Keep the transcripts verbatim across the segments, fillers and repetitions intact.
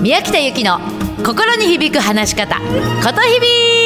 宮北由紀の心に響く話し方、ことひび。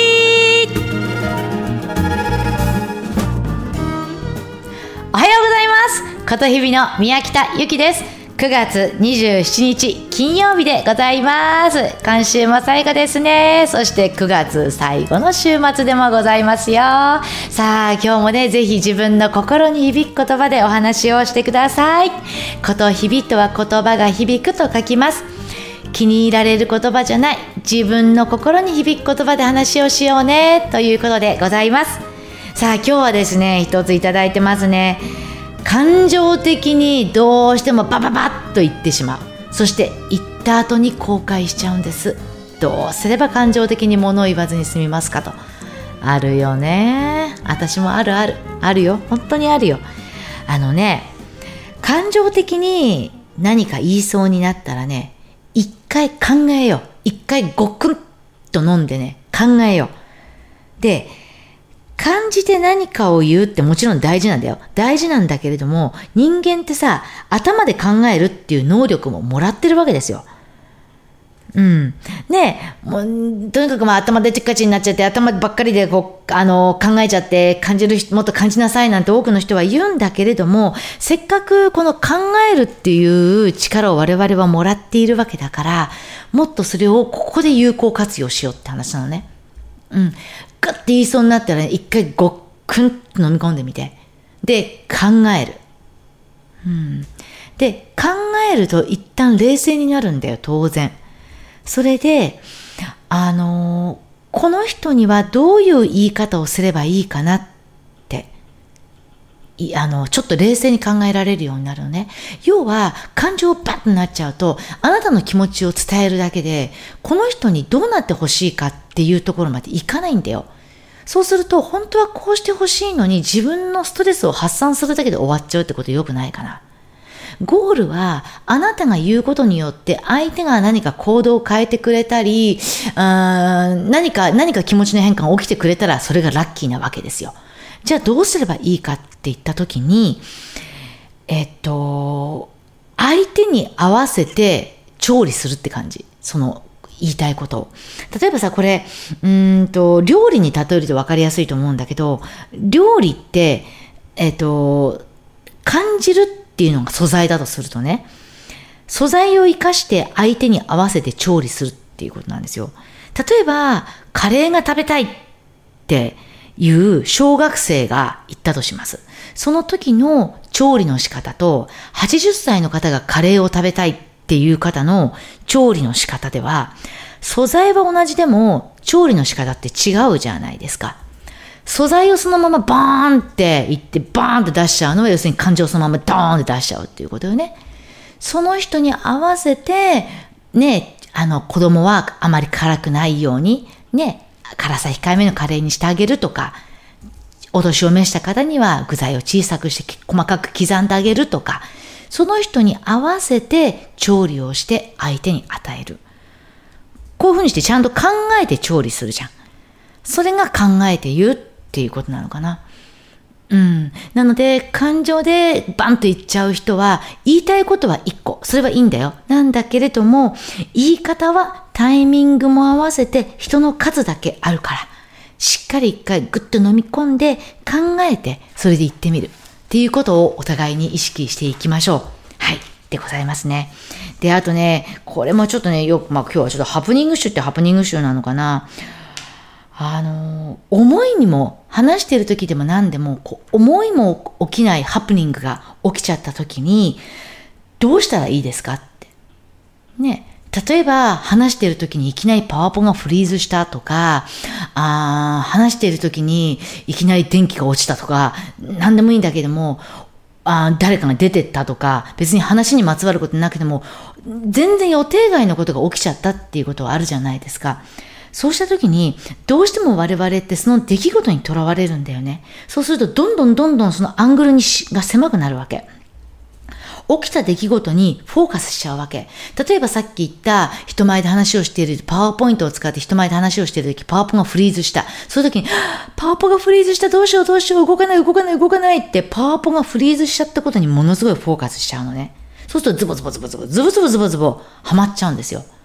おはようございます。ことひびの宮北由紀です。くがつにじゅうしちにち金曜日でございます。今週も最後ですね。そしてくがつ最後の週末でもございますよ。さあ今日もね、ぜひ自分の心に響く言葉でお話をしてください。ことひびとは言葉が響くと書きます。気に入られる言葉じゃない、自分の心に響く言葉で話をしようねということでございます。さあ今日はですね、一ついただいてますね。感情的にどうしてもバババッと言ってしまう。そして言った後に後悔しちゃうんです。どうすれば感情的に物を言わずに済みますかと。あるよね。私もあるあるあるよ。本当にあるよ。あのね、感情的に何か言いそうになったらね、一回考えよう。一回ごくんと飲んでね、考えよう。で、感じて何かを言うってもちろん大事なんだよ。大事なんだけれども、人間ってさ、頭で考えるっていう能力ももらってるわけですよ。うん。ねえ、もう、とにかくまあ頭でチッカチになっちゃって、頭ばっかりでこう、あの、考えちゃって、感じる人、もっと感じなさいなんて多くの人は言うんだけれども、せっかくこの考えるっていう力を我々はもらっているわけだから、もっとそれをここで有効活用しようって話なのね。うん。ガッて言いそうになったら、ね、一回ごっくんと飲み込んでみて。で、考える。うん。で、考えると一旦冷静になるんだよ、当然。それで、あのー、この人にはどういう言い方をすればいいかなって、いあの、ちょっと冷静に考えられるようになるのね。要は、感情バッとなっちゃうと、あなたの気持ちを伝えるだけで、この人にどうなってほしいかっていうところまでいかないんだよ。そうすると、本当はこうしてほしいのに、自分のストレスを発散するだけで終わっちゃうってこと良くないかな。ゴールは、あなたが言うことによって、相手が何か行動を変えてくれたり、あー何か、何か気持ちの変化が起きてくれたら、それがラッキーなわけですよ。じゃあどうすればいいかって言ったときに、えっと、相手に合わせて調理するって感じ。その、言いたいことを。例えばさ、これ、うーんと、料理に例えると分かりやすいと思うんだけど、料理って、えっと、感じるっていうのが素材だとするとね、素材を生かして相手に合わせて調理するっていうことなんですよ。例えば、カレーが食べたいっていう小学生が言ったとします。その時の調理の仕方と、はちじゅっさいの方がカレーを食べたいっていう方の調理の仕方では、素材は同じでも調理の仕方って違うじゃないですか。素材をそのままバーンって言ってバーンって出しちゃうのは、要するに感情をそのままドーンって出しちゃうっていうことよね。その人に合わせて、ね、あの子供はあまり辛くないように、ね、辛さ控えめのカレーにしてあげるとか、お年を召した方には具材を小さくして細かく刻んであげるとか、その人に合わせて調理をして相手に与える。こういうふうにしてちゃんと考えて調理するじゃん。それが考えて言うっていうことなのかな。うん。なので、感情でバンと言っちゃう人は、言いたいことは一個。それはいいんだよ。なんだけれども、言い方はタイミングも合わせて人の数だけあるから、しっかり一回ぐっと飲み込んで考えて、それで言ってみる。っていうことをお互いに意識していきましょう。はい。でございますね。で、あとね、これもちょっとね、よく、まあ今日はちょっとハプニング集ってハプニング集なのかな。あの、思いにも、話している時でも何でも、こう思いも起きないハプニングが起きちゃった時に、どうしたらいいですかって。ね。例えば、話している時にいきなりパワポがフリーズしたとか、あ話している時にいきなり電気が落ちたとか、何でもいいんだけども、あ誰かが出てったとか、別に話にまつわることなくても、全然予定外のことが起きちゃったっていうことはあるじゃないですか。そうした時に、どうしても我々ってその出来事にとらわれるんだよね。そうすると、どんどんどんどんそのアングルにしが狭くなるわけ。起きた出来事にフォーカスしちゃうわけ。例えばさっき言った人前で話をしている、パワーポイントを使って人前で話をしているとき、パワポがフリーズした。そういうときに、パワポがフリーズした、どうしようどうしよう、動かない動かない動かないって、パワポがフリーズしちゃったことにものすごいフォーカスしちゃうのね。そうするとズボズボズボズボ、ズボズボズボズボ、はまっちゃうんですよ。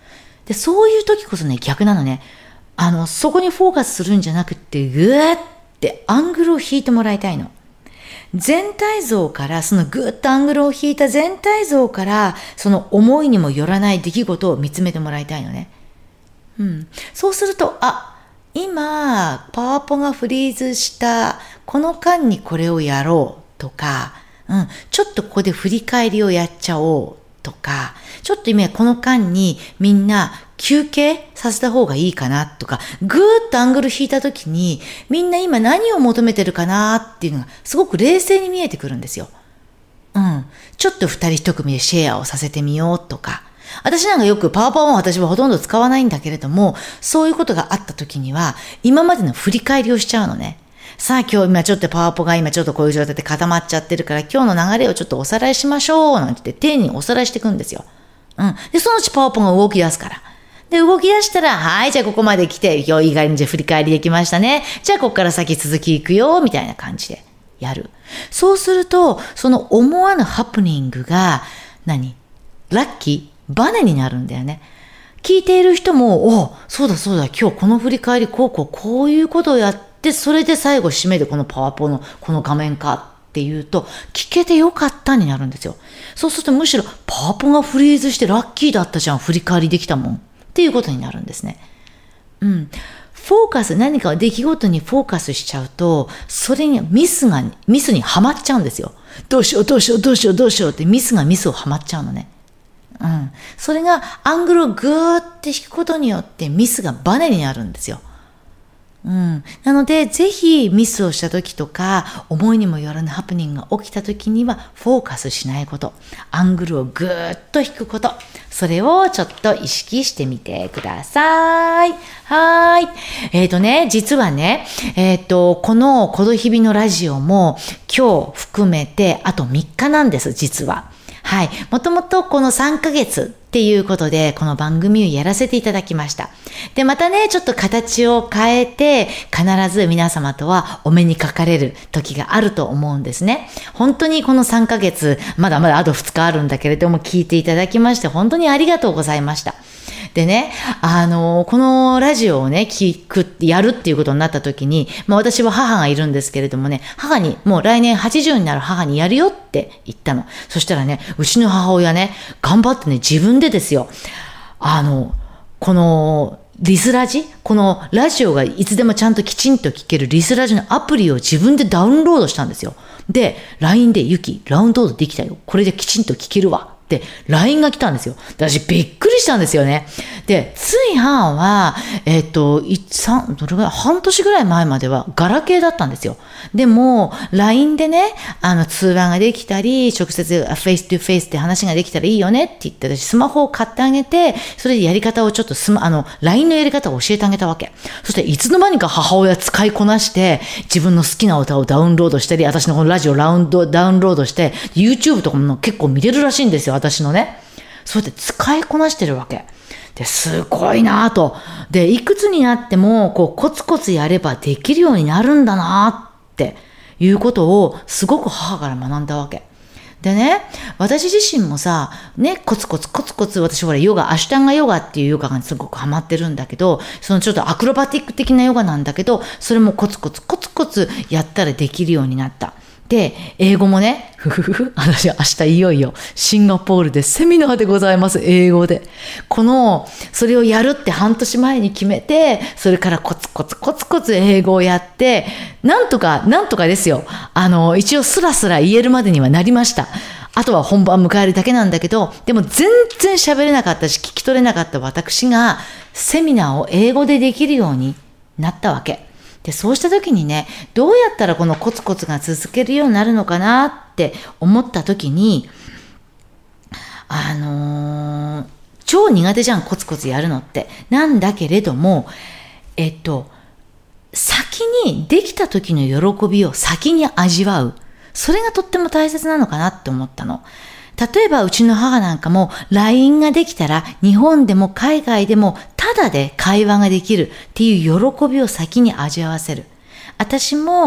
で、そういう時こそね、逆なのね。あの、そこにフォーカスするんじゃなくて、ぐーってアングルを引いてもらいたいの。全体像から、そのぐーっとアングルを引いた全体像から、その思いにもよらない出来事を見つめてもらいたいのね。うん。そうすると、あ、今、パワポがフリーズした、この間にこれをやろうとか、うん、ちょっとここで振り返りをやっちゃおうとか、ちょっと今この間にみんな休憩させた方がいいかなとか、ぐーっとアングル引いた時に、みんな今何を求めてるかなっていうのがすごく冷静に見えてくるんですよ。うん。ちょっと二人一組でシェアをさせてみようとか、私なんかよくパワーパワーは私はほとんど使わないんだけれども、そういうことがあった時には、今までの振り返りをしちゃうのね。さあ今日今ちょっとパワポが今ちょっとこういう状態で固まっちゃってるから今日の流れをちょっとおさらいしましょうなんて言って丁寧におさらいしていくんですよ。うん。で、そのうちパワポが動き出すから。で、動き出したら、はい、じゃあここまで来て、今日以外にじゃあ振り返りできましたね。じゃあここから先続きいくよ、みたいな感じでやる。そうすると、その思わぬハプニングが、何？ラッキー？バネになるんだよね。聞いている人も、お、そうだそうだ、今日この振り返り、こうこう、こういうことをやって、それで最後締めでこのパワポのこの画面かっていうと、聞けてよかったになるんですよ。そうするとむしろ、パワポがフリーズしてラッキーだったじゃん、振り返りできたもん。っていうことになるんですね。うん。フォーカス、何か出来事にフォーカスしちゃうと、それにミスが、ミスにはまっちゃうんですよ。どうしようどうしようどうしようどうしようってミスがミスをはまっちゃうのね。うん。それがアングルをぐーって引くことによってミスがバネになるんですよ。うん。なので、ぜひミスをした時とか、思いにもよらぬハプニングが起きた時には、フォーカスしないこと。アングルをぐーっと引くこと。それをちょっと意識してみてください。はーい。えっとね、実はね、えっと、このコドヒビのラジオも、今日含めて、あとみっかなんです、実は。はい。もともとこのさんかげつっていうことで、この番組をやらせていただきました。で、またね、ちょっと形を変えて、必ず皆様とはお目にかかれる時があると思うんですね。本当にこのさんかげつ、まだまだあとふつかあるんだけれども、聞いていただきまして、本当にありがとうございました。でね、あの、このラジオをね、聞く、やるっていうことになった時に、まあ私は母がいるんですけれどもね、母に、もう来年はちじゅうになる母にやるよって言ったの。そしたらね、うちの母親ね、頑張ってね、自分でですよ、あの、この、リスラジこのラジオがいつでもちゃんときちんと聞けるリスラジのアプリを自分でダウンロードしたんですよ。で、ライン でユキ、ダウンロードできたよ。これできちんと聞けるわ。で、ライン が来たんですよ。私びっくりしたんですよね。で、つい母は、えっと、三、どれぐらい、半年ぐらい前まではガラケーだったんですよ。でも、ライン でね、あの、通話ができたり、直接フェイストゥフェイスって話ができたらいいよねって言って、私スマホを買ってあげて、それでやり方をちょっとスマ、あの、ライン のやり方を教えてあげたわけ。そしていつの間にか母親使いこなして、自分の好きな歌をダウンロードしたり、私のこのラジオラウンド、ダウンロードして、YouTube とかも結構見れるらしいんですよ。私のね。そうやって使いこなしてるわけ。で、すごいなぁと。で、いくつになっても、こう、コツコツやればできるようになるんだなっていうことを、すごく母から学んだわけ。でね、私自身もさ、ね、コツコツコツコツ、私ほらヨガ、アシュタンガヨガっていうヨガがすごくハマってるんだけど、そのちょっとアクロバティック的なヨガなんだけど、それもコツコツコツコツやったらできるようになった。で、英語もね、ふふふふ、私明日いよいよシンガポールでセミナーでございます、英語で。この、それをやるって半年前に決めて、それからコツコツコツコツ英語をやって、なんとか、なんとかですよ。あの、一応スラスラ言えるまでにはなりました。あとは本番迎えるだけなんだけど、でも全然喋れなかったし、聞き取れなかった私が、セミナーを英語でできるようになったわけ。で、そうした時にね、どうやったらこのコツコツが続けるようになるのかなって思った時に、あのー、超苦手じゃん、コツコツやるのって。なんだけれども、えっと、先にできた時の喜びを先に味わう。それがとっても大切なのかなって思ったの。例えばうちの母なんかも ライン ができたら日本でも海外でもタダで会話ができるっていう喜びを先に味わわせる。私も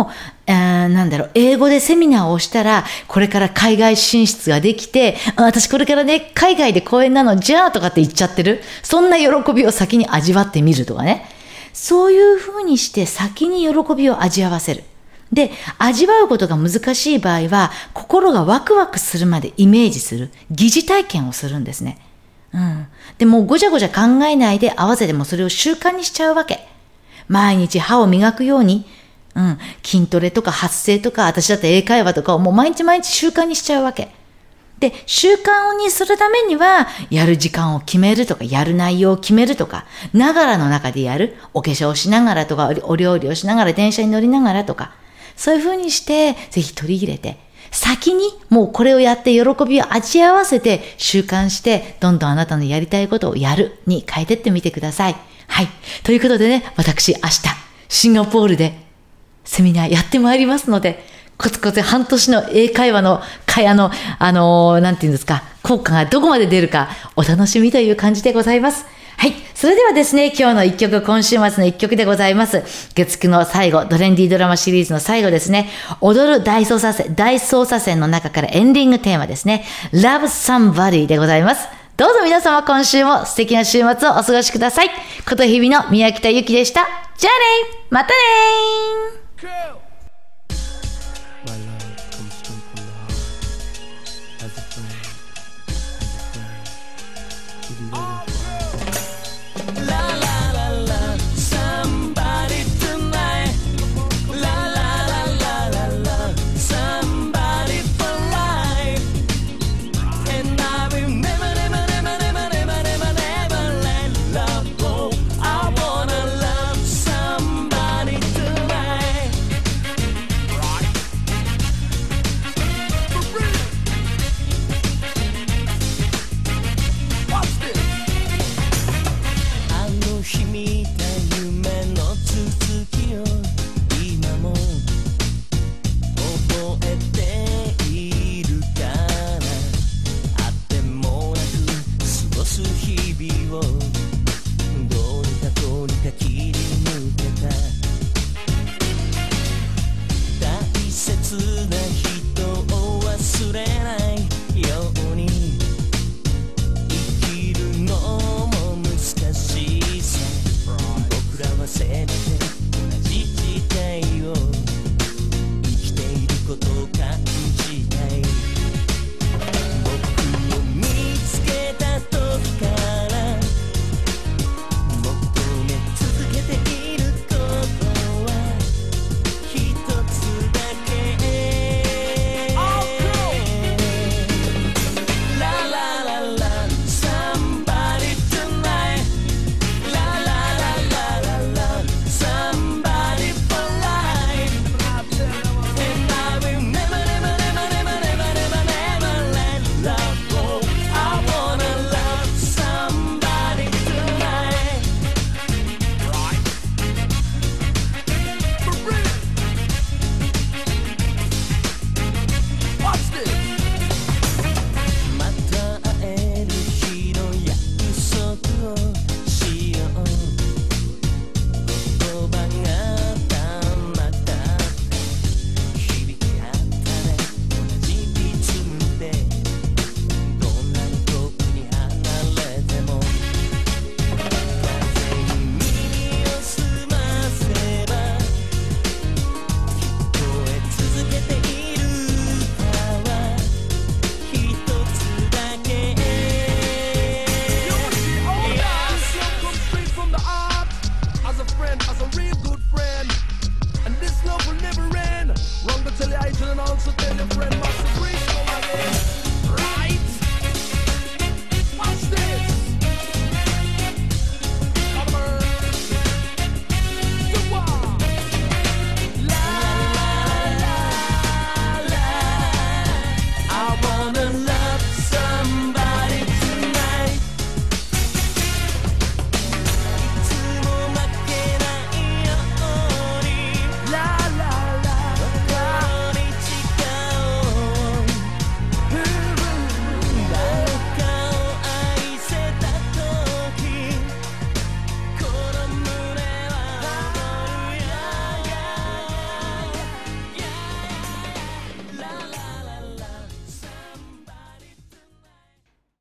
えー、なんだろう、英語でセミナーをしたら、これから海外進出ができて、あ、私これからね、海外で講演なの、じゃあとかって言っちゃってる。そんな喜びを先に味わってみるとかね。そういう風にして先に喜びを味わわせる。で、味わうことが難しい場合は、心がワクワクするまでイメージする。疑似体験をするんですね。うん。で、もうごちゃごちゃ考えないで合わせてもそれを習慣にしちゃうわけ。毎日歯を磨くように、うん、筋トレとか発声とか、私だって英会話とかをもう毎日毎日習慣にしちゃうわけ。で、習慣にするためには、やる時間を決めるとか、やる内容を決めるとか、ながらの中でやる、お化粧をしながらとか、お料理をしながら、電車に乗りながらとか、そういう風にして、ぜひ取り入れて、先にもうこれをやって喜びを味合わせて習慣して、どんどんあなたのやりたいことをやるに変えてってみてください。はい。ということでね、私明日、シンガポールでセミナーやってまいりますので、コツコツ半年の英会話の会話の、あのー、なんていうんですか、効果がどこまで出るかお楽しみという感じでございます。はい。それではですね、今日の一曲、今週末の一曲でございます。月9の最後、トレンディードラマシリーズの最後ですね、踊る大捜査線、大捜査線の中からエンディングテーマですね、Love Somebody でございます。どうぞ皆様今週も素敵な週末をお過ごしください。ことひびの宮北ゆきでした。じゃあね、またねー。